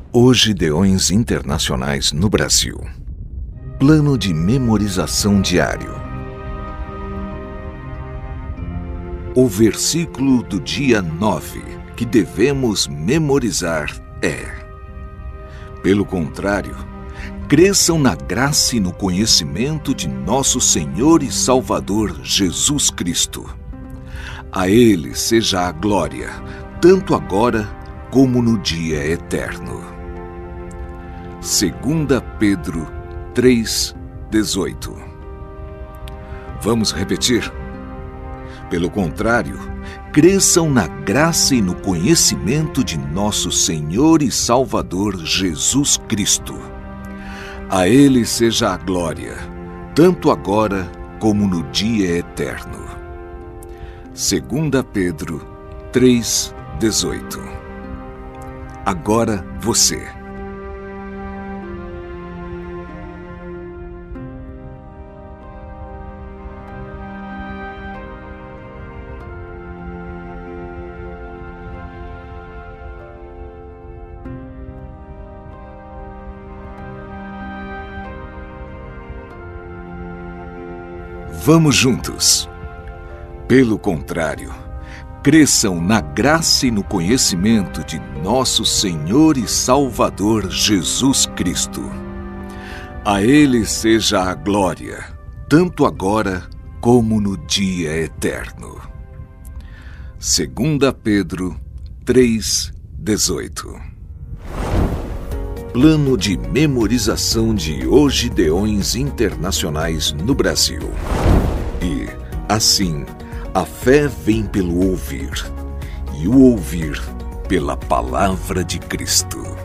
Hoje, Deões Internacionais no Brasil. Plano de memorização diário. O versículo do dia 9 que devemos memorizar é: pelo contrário, cresçam na graça e no conhecimento de nosso Senhor e Salvador Jesus Cristo. A Ele seja a glória, tanto agora como no dia eterno. 2 Pedro 3:18. Vamos repetir? Pelo contrário, cresçam na graça e no conhecimento de nosso Senhor e Salvador Jesus Cristo. A Ele seja a glória, tanto agora como no dia eterno. 2 Pedro 3:18. Agora você. Vamos juntos. Pelo contrário, cresçam na graça e no conhecimento de nosso Senhor e Salvador Jesus Cristo. A Ele seja a glória, tanto agora como no dia eterno. 2 Pedro 3:18. Plano de memorização de Hoje Deões Internacionais no Brasil. E, assim, a fé vem pelo ouvir, e o ouvir pela palavra de Cristo.